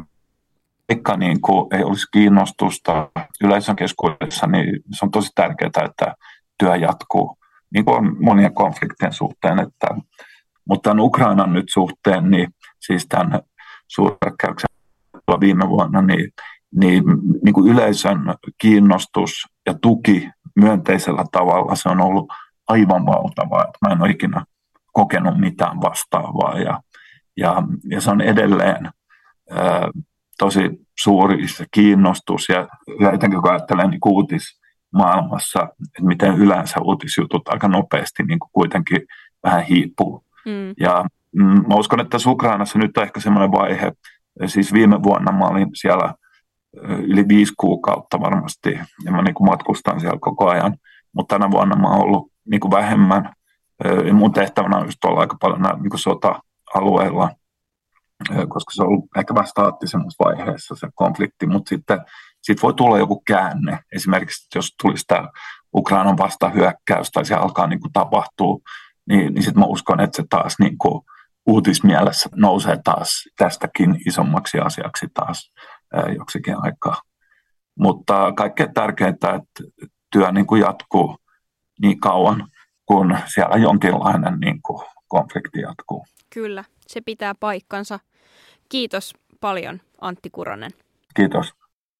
vaikka niin kuin ei olisi kiinnostusta yleisön keskuudessa, niin se on tosi tärkeää, että työ jatkuu. Niin kuin on monien konfliktien suhteen. Että, mutta tämän Ukrainan nyt suhteen, niin siis tämän suurhyökkäyksen viime vuonna, niin, niin, niin kuin yleisön kiinnostus ja tuki myönteisellä tavalla, se on ollut aivan valtavaa. Että mä en ole ikinä kokenut mitään vastaavaa ja, ja, ja se on edelleen ää, tosi suuri se kiinnostus ja, ja etenkin kun ajattelen niin uutismaailmassa, että miten yleensä uutisjutut aika nopeasti niin kuin kuitenkin vähän hiipuu. Mm. Ja mm, mä uskon, että tässä Ukrainassa nyt on ehkä semmoinen vaihe, siis viime vuonna mä olin siellä yli viisi kuukautta varmasti ja mä niin kuin matkustan siellä koko ajan, mutta tänä vuonna mä oon ollut niin kuin vähemmän. Ja mun tehtävänä on just olla aika paljon nämä niin kuin sota-alueilla, koska se on ollut ehkä vähän staattisemmassa vaiheessa se konflikti, mutta sitten siitä voi tulla joku käänne. Esimerkiksi jos tulisi tämä Ukrainan vastahyökkäys tai se alkaa niin kuin tapahtua, niin, niin sitten mä uskon, että se taas niin kuin uutismielessä nousee taas tästäkin isommaksi asiaksi taas joksikin aikaa. Mutta kaikkein tärkeintä, että työ niin kuin jatkuu niin kauan, kun siellä jonkinlainen niin kuin, konflikti jatkuu. Kyllä, se pitää paikkansa. Kiitos paljon, Antti Kuronen. Kiitos.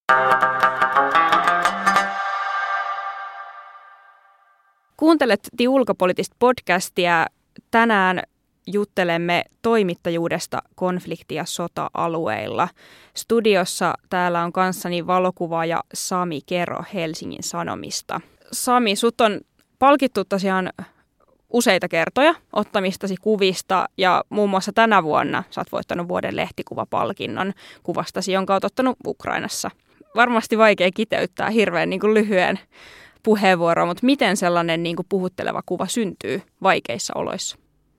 Kuuntelet The Ulkopoliittista podcastia. Tänään juttelemme toimittajuudesta konflikti- ja sota-alueilla. Studiossa täällä on kanssani valokuvaaja Sami Kero Helsingin Sanomista. Sami, sut on palkittu tosiaan useita kertoja ottamistasi kuvista ja muun muassa tänä vuonna sä oot voittanut vuoden lehtikuvapalkinnon kuvastasi, jonka oot ottanut Ukrainassa. Varmasti vaikea kiteyttää hirveän niin kuin lyhyen puheenvuoroon, mutta miten sellainen niin kuin puhutteleva kuva syntyy vaikeissa oloissa?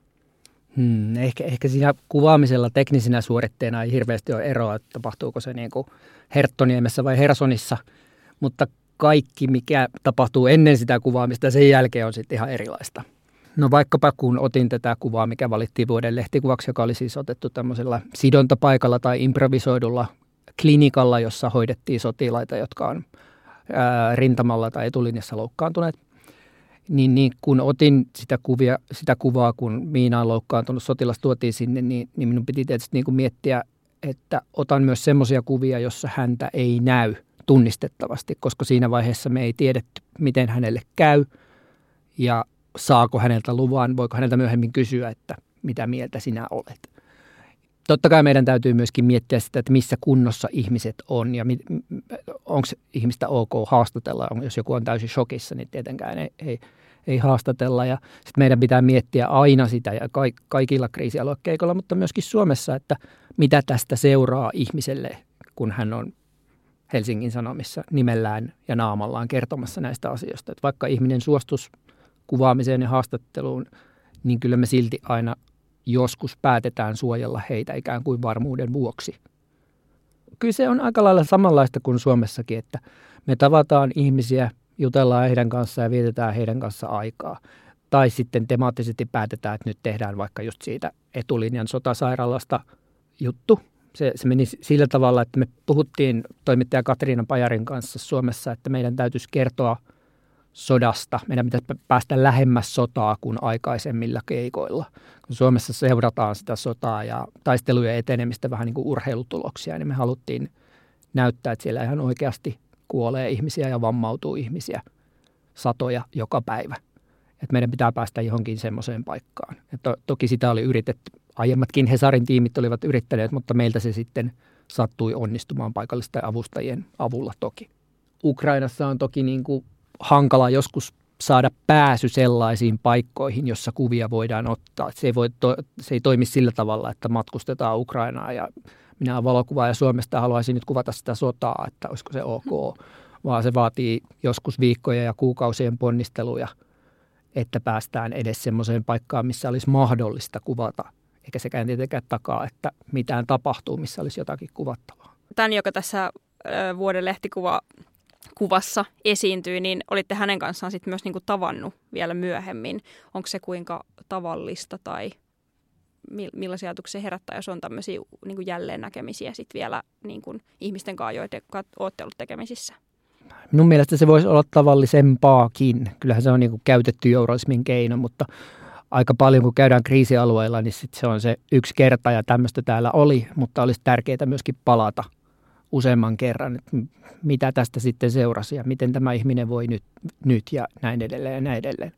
Hmm, ehkä, ehkä siinä kuvaamisella teknisenä suoritteena ei hirveästi ole eroa, että tapahtuuko se niin kuin Herttoniemessä vai Hersonissa, mutta kaikki, mikä tapahtuu ennen sitä kuvaamista ja sen jälkeen on sitten ihan erilaista. No vaikkapa kun otin tätä kuvaa, mikä valittiin vuoden lehtikuvaksi, joka oli siis otettu tämmöisellä sidontapaikalla tai improvisoidulla klinikalla, jossa hoidettiin sotilaita, jotka on ää, rintamalla tai etulinjassa loukkaantuneet. Niin, niin kun otin sitä, kuvia, sitä kuvaa, kun Miina on loukkaantunut, sotilas tuotiin sinne, niin, niin minun piti tietysti niin kuin miettiä, että otan myös semmoisia kuvia, jossa häntä ei näy tunnistettavasti, koska siinä vaiheessa me ei tiedetty, miten hänelle käy ja saako häneltä luvan, voiko häneltä myöhemmin kysyä, että mitä mieltä sinä olet. Totta kai meidän täytyy myöskin miettiä sitä, että missä kunnossa ihmiset on ja onko ihmistä ok haastatella. Jos joku on täysin shokissa, niin tietenkään ei, ei, ei haastatella. Ja sitten meidän pitää miettiä aina sitä ja kaikilla kriisialuekeikoilla, mutta myöskin Suomessa, että mitä tästä seuraa ihmiselle, kun hän on Helsingin Sanomissa nimellään ja naamallaan kertomassa näistä asioista. Että vaikka ihminen suostus kuvaamiseen ja haastatteluun, niin kyllä me silti aina joskus päätetään suojella heitä ikään kuin varmuuden vuoksi. Kyllä se on aika lailla samanlaista kuin Suomessakin, että me tavataan ihmisiä, jutellaan heidän kanssaan ja vietetään heidän kanssa aikaa. Tai sitten temaattisesti päätetään, että nyt tehdään vaikka just siitä etulinjan sotasairaalasta juttu. Se, se meni sillä tavalla, että me puhuttiin toimittaja Katriina Pajarin kanssa Suomessa, että meidän täytyisi kertoa sodasta. Meidän pitäisi päästä lähemmäs sotaa kuin aikaisemmilla keikoilla. Kun Suomessa seurataan sitä sotaa ja taistelujen etenemistä vähän niin kuin urheilutuloksia, niin me haluttiin näyttää, että siellä ihan oikeasti kuolee ihmisiä ja vammautuu ihmisiä satoja joka päivä. Että meidän pitää päästä johonkin semmoiseen paikkaan. Et to, toki sitä oli yritetty. Aiemmatkin Hesarin tiimit olivat yrittäneet, mutta meiltä se sitten sattui onnistumaan paikallisten avustajien avulla toki. Ukrainassa on toki niin kuin hankala joskus saada pääsy sellaisiin paikkoihin, jossa kuvia voidaan ottaa. Se ei, voi to, se ei toimi sillä tavalla, että matkustetaan Ukrainaan ja minä olen valokuvaaja Suomesta ja haluaisin nyt kuvata sitä sotaa, että olisiko se ok, vaan se vaatii joskus viikkoja ja kuukausien ponnisteluja, että päästään edes semmoiseen paikkaan, missä olisi mahdollista kuvata. Eikä sekään tietenkään takaa, että mitään tapahtuu, missä olisi jotakin kuvattavaa. Tämän, joka tässä vuoden lehtikuva kuvassa esiintyi, niin olitte hänen kanssaan sitten myös niin kuin tavannut vielä myöhemmin. Onko se kuinka tavallista tai millaisia ajatuksia se herättää, jos on tämmöisiä niin kuin jälleen näkemisiä sitten vielä niin kuin ihmisten kanssa, joiden olette ollut tekemisissä? Minun mielestä se voisi olla tavallisempaakin. Kyllähän se on niin kuin käytetty journalismin keino, mutta aika paljon kun käydään kriisialueilla, niin sit se on se yksi kerta ja tämmöistä täällä oli, mutta olisi tärkeää myöskin palata useamman kerran, että mitä tästä sitten seurasi ja miten tämä ihminen voi nyt, nyt ja näin edelleen ja näin edelleen.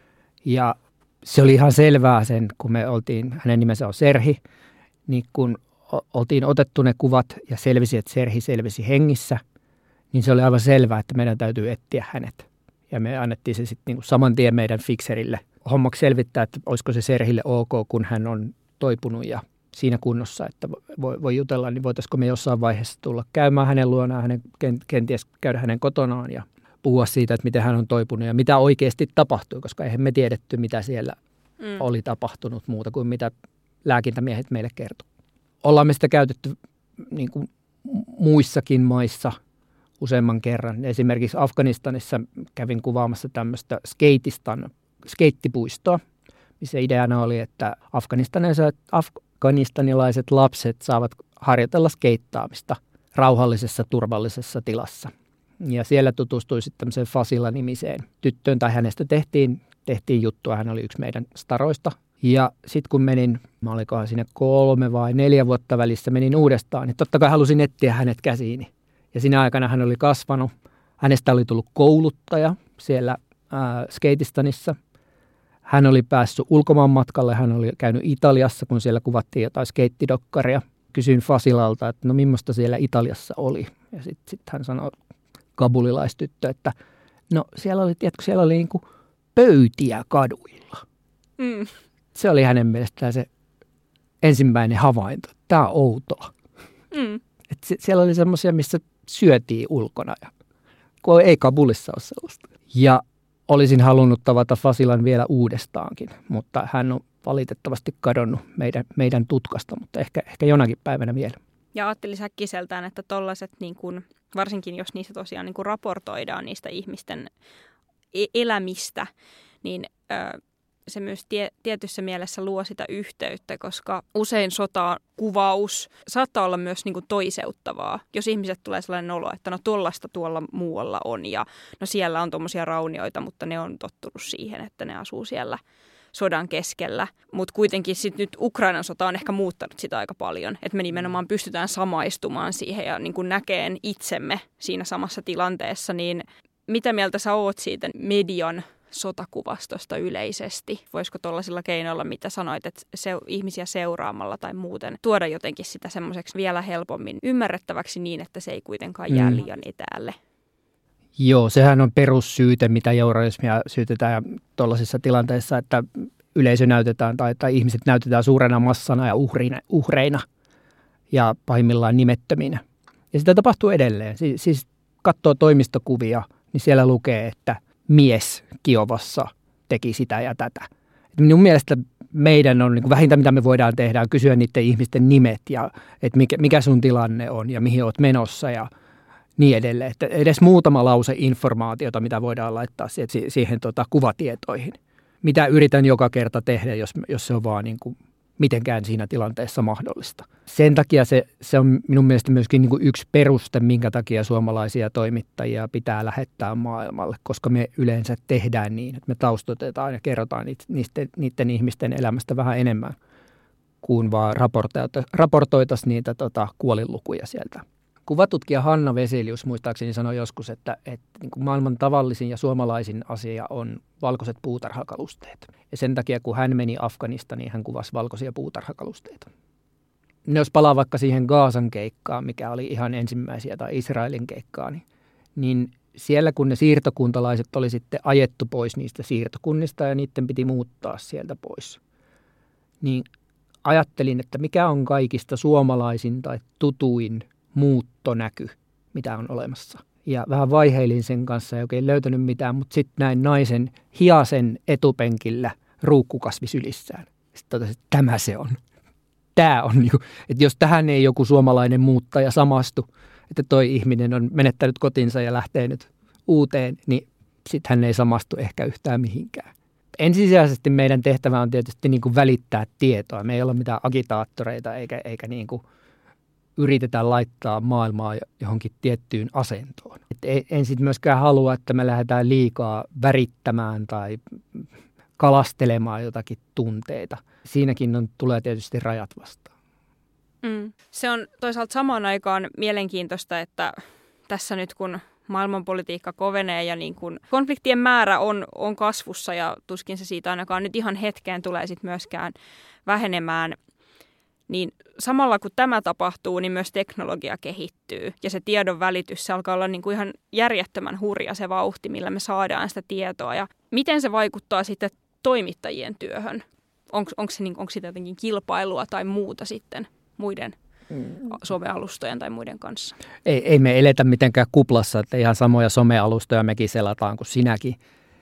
Ja se oli ihan selvää sen, kun me oltiin, hänen nimensä on Serhi, niin kun oltiin otettu ne kuvat ja selvisi, että Serhi selvisi hengissä, niin se oli aivan selvää, että meidän täytyy etsiä hänet. Ja me annettiin se sitten niin saman tien meidän fikserille hommaksi selvittää, että olisiko se Serhille ok, kun hän on toipunut ja siinä kunnossa, että voi, voi jutella, niin voitaisiko me jossain vaiheessa tulla käymään hänen luonaan, hänen, kenties käydä hänen kotonaan ja puhua siitä, että miten hän on toipunut ja mitä oikeasti tapahtui, koska eihän me tiedetty, mitä siellä mm. oli tapahtunut muuta kuin mitä lääkintämiehet meille kertoi. Ollaan me sitä käytetty niin kuin muissakin maissa useamman kerran. Esimerkiksi Afganistanissa kävin kuvaamassa tämmöistä skeitistan, skeittipuistoa, missä ideana oli, että afganistanilaiset, afganistanilaiset lapset saavat harjoitella skeittaamista rauhallisessa, turvallisessa tilassa. Ja siellä tutustuin sitten tämmöiseen Fasila-nimiseen tyttöön, tai hänestä tehtiin, tehtiin juttua, hän oli yksi meidän staroista. Ja sitten kun menin, mä olikohan siinä kolme vai neljä vuotta välissä, menin uudestaan, niin totta kai halusin etsiä hänet käsiini. Ja siinä aikana hän oli kasvanut, hänestä oli tullut kouluttaja siellä ää, Skeitistanissa. Hän oli päässyt ulkomaan matkalle, hän oli käynyt Italiassa, kun siellä kuvattiin jotain skeittidokkaria. Kysyin Fasilalta, että no millaista siellä Italiassa oli. Ja sitten sit hän sanoi, kabulilaistyttö, että no siellä oli, tiedätkö, siellä oli niinku pöytiä kaduilla. Mm. Se oli hänen mielestään se ensimmäinen havainto. Tämä on outoa. Mm. Et se, siellä oli semmoisia, missä syötiin ulkona. Ja, kun ei Kabulissa ole sellaista. Ja olisin halunnut tavata Fasilan vielä uudestaankin, mutta hän on valitettavasti kadonnut meidän, meidän tutkasta, mutta ehkä, ehkä jonakin päivänä vielä. Ja ajattelin kiseltään, että tollaiset, niin kuin, varsinkin jos niissä tosiaan niin kuin raportoidaan niistä ihmisten elämistä, niin ö, se myös tie, tietyssä mielessä luo sitä yhteyttä, koska usein sotakuvaus saattaa olla myös niin kuin toiseuttavaa. Jos ihmiset tulee sellainen olo, että no tollasta tuolla muualla on ja no siellä on tuommoisia raunioita, mutta ne on tottunut siihen, että ne asuu siellä sodan keskellä. Mutta kuitenkin sit nyt Ukrainan sota on ehkä muuttanut sitä aika paljon, että me nimenomaan pystytään samaistumaan siihen ja niin kuin näkeen itsemme siinä samassa tilanteessa. Niin mitä mieltä sä oot siitä median sotakuvastosta yleisesti? Voisiko tuollaisilla keinoilla, mitä sanoit, että se, ihmisiä seuraamalla tai muuten tuoda jotenkin sitä semmoiseksi vielä helpommin ymmärrettäväksi niin, että se ei kuitenkaan jää liian etäälle? Joo, sehän on perussyyte, mitä journalismia syytetään tuollaisissa tilanteissa, että yleisö näytetään tai, tai ihmiset näytetään suurena massana ja uhreina, uhreina ja pahimmillaan nimettöminä. Ja sitä tapahtuu edelleen. Siis, siis katsoo toimistokuvia, niin siellä lukee, että mies Kiovassa teki sitä ja tätä. Et minun mielestä meidän on niin kuin vähintä, mitä me voidaan tehdä, on kysyä niiden ihmisten nimet ja että mikä, mikä sun tilanne on ja mihin olet menossa ja niin edelleen. Että edes muutama lause informaatiota, mitä voidaan laittaa siihen, siihen tota, kuvatietoihin. Mitä yritän joka kerta tehdä, jos, jos se on vaan niin kuin mitenkään siinä tilanteessa mahdollista. Sen takia se, se on minun mielestä myöskin niin kuin yksi peruste, minkä takia suomalaisia toimittajia pitää lähettää maailmalle, koska me yleensä tehdään niin, että me taustoitetaan ja kerrotaan niitä, niiden, niiden ihmisten elämästä vähän enemmän kuin vaan raportoitaisiin niitä tota, kuolinlukuja sieltä. Kuvatutkija Hanna Veselius muistaakseni sanoi joskus, että, että niin kuin maailman tavallisin ja suomalaisin asia on valkoiset puutarhakalusteet. Ja sen takia, kun hän meni Afganistaniin, hän kuvasi valkoisia puutarhakalusteita. No jos palaa vaikka siihen Gaasan keikkaan, mikä oli ihan ensimmäisiä, tai Israelin keikkaa, niin, niin siellä kun ne siirtokuntalaiset oli sitten ajettu pois niistä siirtokunnista ja niiden piti muuttaa sieltä pois, niin ajattelin, että mikä on kaikista suomalaisin tai tutuin muuttonäky, mitä on olemassa. Ja vähän vaiheilin sen kanssa, ei oikein löytänyt mitään, mutta sitten näin naisen hiasen etupenkillä ruukkukasvi sylissään. Sitten totesin, että tämä se on. Tämä on, niin kuin, että jos tähän ei joku suomalainen muuttaja samastu, että toi ihminen on menettänyt kotinsa ja lähtee nyt uuteen, niin sitten hän ei samastu ehkä yhtään mihinkään. Ensisijaisesti meidän tehtävä on tietysti niin kuin välittää tietoa. Me ei ole mitään agitaattoreita eikä, eikä niin kuin yritetä laittaa maailmaa johonkin tiettyyn asentoon. Et en sitten myöskään halua, että me lähdetään liikaa värittämään tai kalastelemaan jotakin tunteita. Siinäkin on, tulee tietysti rajat vastaan. Mm. Se on toisaalta samaan aikaan mielenkiintoista, että tässä nyt kun maailmanpolitiikka kovenee ja niin kun konfliktien määrä on, on kasvussa ja tuskin se siitä ainakaan nyt ihan hetkeen tulee sit myöskään vähenemään, niin samalla kun tämä tapahtuu, niin myös teknologia kehittyy ja se tiedon välitys, se alkaa olla niin kuin ihan järjettömän hurja se vauhti, millä me saadaan sitä tietoa ja miten se vaikuttaa sitten toimittajien työhön. Onko, onko, se, onko sitä jotenkin kilpailua tai muuta sitten muiden somealustojen tai muiden kanssa? Ei, ei me eletä mitenkään kuplassa, että ihan samoja somealustoja mekin selataan kuin sinäkin.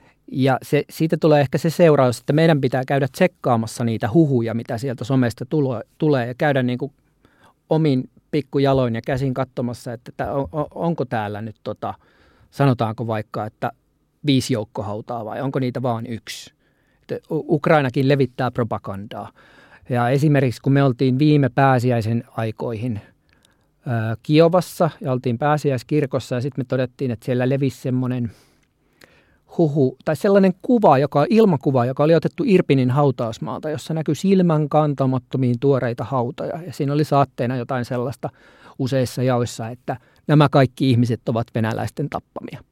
Ja se, siitä tulee ehkä se seuraus, että meidän pitää käydä tsekkaamassa niitä huhuja, mitä sieltä somesta tulo, tulee ja käydä niin kuin omin pikkujaloin ja käsin katsomassa, että on, onko täällä nyt, tota, sanotaanko vaikka, että viisi joukkohautaa vai onko niitä vaan yksi. Että Ukrainakin levittää propagandaa. Ja esimerkiksi kun me oltiin viime pääsiäisen aikoihin ää, Kiovassa ja oltiin pääsiäiskirkossa ja sitten me todettiin, että siellä levisi semmoinen huhu tai sellainen kuva, joka ilmakuva, joka oli otettu Irpinin hautausmaalta, jossa näkyi silmän kantamattomiin tuoreita hautoja. Ja siinä oli saatteena jotain sellaista useissa jaoissa, että nämä kaikki ihmiset ovat venäläisten tappamia.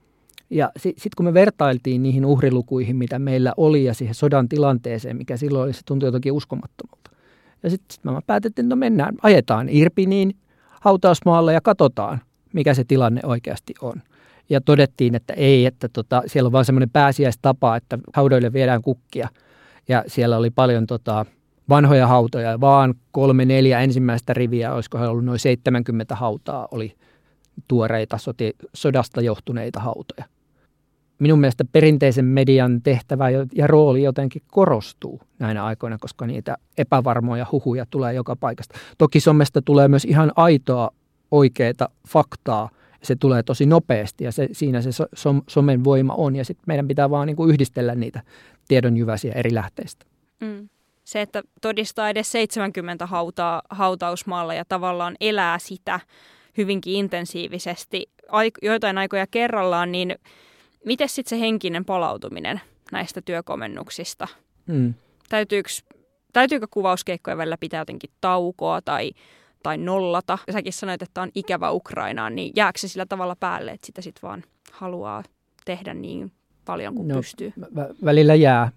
Ja sitten sit kun me vertailtiin niihin uhrilukuihin, mitä meillä oli ja siihen sodan tilanteeseen, mikä silloin oli, se tuntui jotenkin uskomattomalta. Ja sitten sit mä päätettiin, että no mennään, ajetaan Irpiniin hautausmaalle ja katsotaan, mikä se tilanne oikeasti on. Ja todettiin, että ei, että tota, siellä on vaan semmoinen pääsiäistapa, että haudoille viedään kukkia. Ja siellä oli paljon tota, vanhoja hautoja, vaan kolme, neljä ensimmäistä riviä, olisiko ollut noin seitsemänkymmentä hautaa, oli tuoreita soti, sodasta johtuneita hautoja. Minun mielestä perinteisen median tehtävä ja rooli jotenkin korostuu näinä aikoina, koska niitä epävarmoja huhuja tulee joka paikasta. Toki somesta tulee myös ihan aitoa, oikeaa faktaa. Se tulee tosi nopeasti ja se, siinä se so, somen voima on ja sitten meidän pitää vaan niinku yhdistellä niitä tiedonjyväsiä eri lähteistä. Mm. Se, että todistaa edes seitsemänkymmentä hautaa hautausmaalla ja tavallaan elää sitä hyvinkin intensiivisesti joitain aikoja kerrallaan, niin miten sitten se henkinen palautuminen näistä työkomennuksista? Mm. Täytyykö, täytyykö kuvauskeikkojen välillä pitää jotenkin taukoa tai, tai nollata? Säkin sanoit, että on ikävä Ukrainaan, niin jääkö se sillä tavalla päälle, että sitä sitten vaan haluaa tehdä niin paljon kuin no, pystyy? Vä- välillä jää.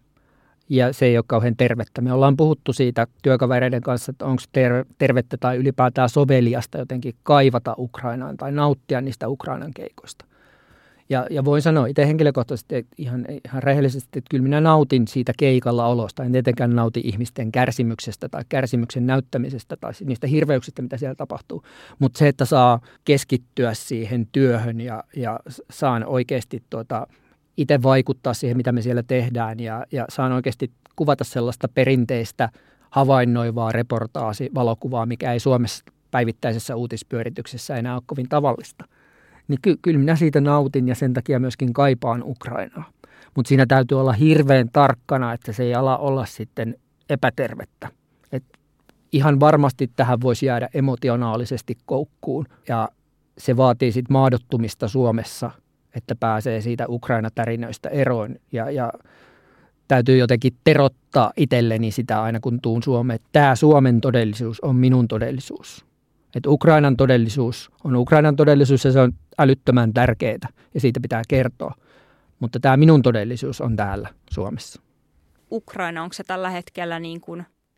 Ja se ei ole kauhean tervettä. Me ollaan puhuttu siitä työkavereiden kanssa, että onko ter- tervettä tai ylipäätään soveliasta jotenkin kaivata Ukrainaan tai nauttia niistä Ukrainan keikoista. Ja, ja voin sanoa itse henkilökohtaisesti ihan, ihan rehellisesti, että kyllä minä nautin siitä keikalla olosta. En tietenkään nauti ihmisten kärsimyksestä tai kärsimyksen näyttämisestä tai niistä hirveyksistä, mitä siellä tapahtuu. Mutta se, että saa keskittyä siihen työhön ja, ja saan oikeasti tuota, itse vaikuttaa siihen, mitä me siellä tehdään ja, ja saan oikeasti kuvata sellaista perinteistä havainnoivaa reportaasi, valokuvaa, mikä ei Suomessa päivittäisessä uutispyörityksessä enää ole kovin tavallista. Niin ky- kyllä minä siitä nautin ja sen takia myöskin kaipaan Ukrainaa. Mutta siinä täytyy olla hirveän tarkkana, että se ei ala olla sitten epätervettä. Et ihan varmasti tähän voisi jäädä emotionaalisesti koukkuun ja se vaatii sitten maadottumista Suomessa, että pääsee siitä Ukraina-tärinöistä eroon ja, ja täytyy jotenkin terottaa itselleni sitä aina kun tuun Suomeen. Tämä Suomen todellisuus on minun todellisuus. Että Ukrainan todellisuus on Ukrainan todellisuus ja se on älyttömän tärkeää ja siitä pitää kertoa. Mutta tämä minun todellisuus on täällä Suomessa. Ukraina, onko se tällä hetkellä niin kuin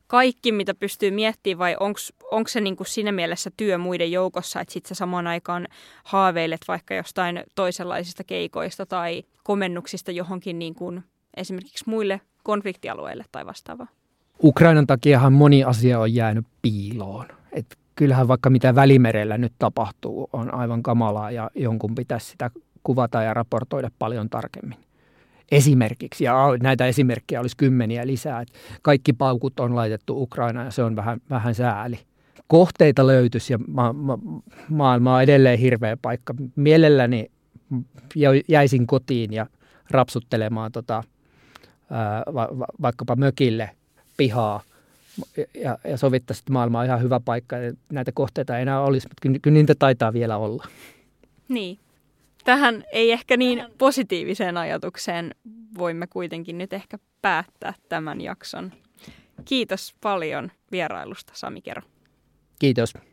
kaikki, mitä pystyy miettimään, vai onko se niin kuin siinä mielessä työ muiden joukossa, että sitten sä samaan aikaan haaveilet vaikka jostain toisenlaisista keikoista tai komennuksista johonkin niin kuin esimerkiksi muille konfliktialueille tai vastaavaa? Ukrainan takiahan moni asia on jäänyt piiloon. Et kyllähän vaikka mitä Välimerellä nyt tapahtuu on aivan kamalaa ja jonkun pitäisi sitä kuvata ja raportoida paljon tarkemmin. Esimerkiksi, ja näitä esimerkkejä olisi kymmeniä lisää, että kaikki paukut on laitettu Ukrainaan ja se on vähän, vähän sääli. Kohteita löytyisi ja ma- ma- maailma on edelleen hirveä paikka. Mielelläni jäisin kotiin ja rapsuttelemaan tota, ää, va- va- vaikkapa mökille pihaa ja, ja sovittaisi, että maailma on ihan hyvä paikka. Näitä kohteita ei enää olisi, mutta kyllä, kyllä niitä taitaa vielä olla. Niin. Tähän ei ehkä niin positiiviseen ajatukseen voimme kuitenkin nyt ehkä päättää tämän jakson. Kiitos paljon vierailusta, Sami Kero. Kiitos.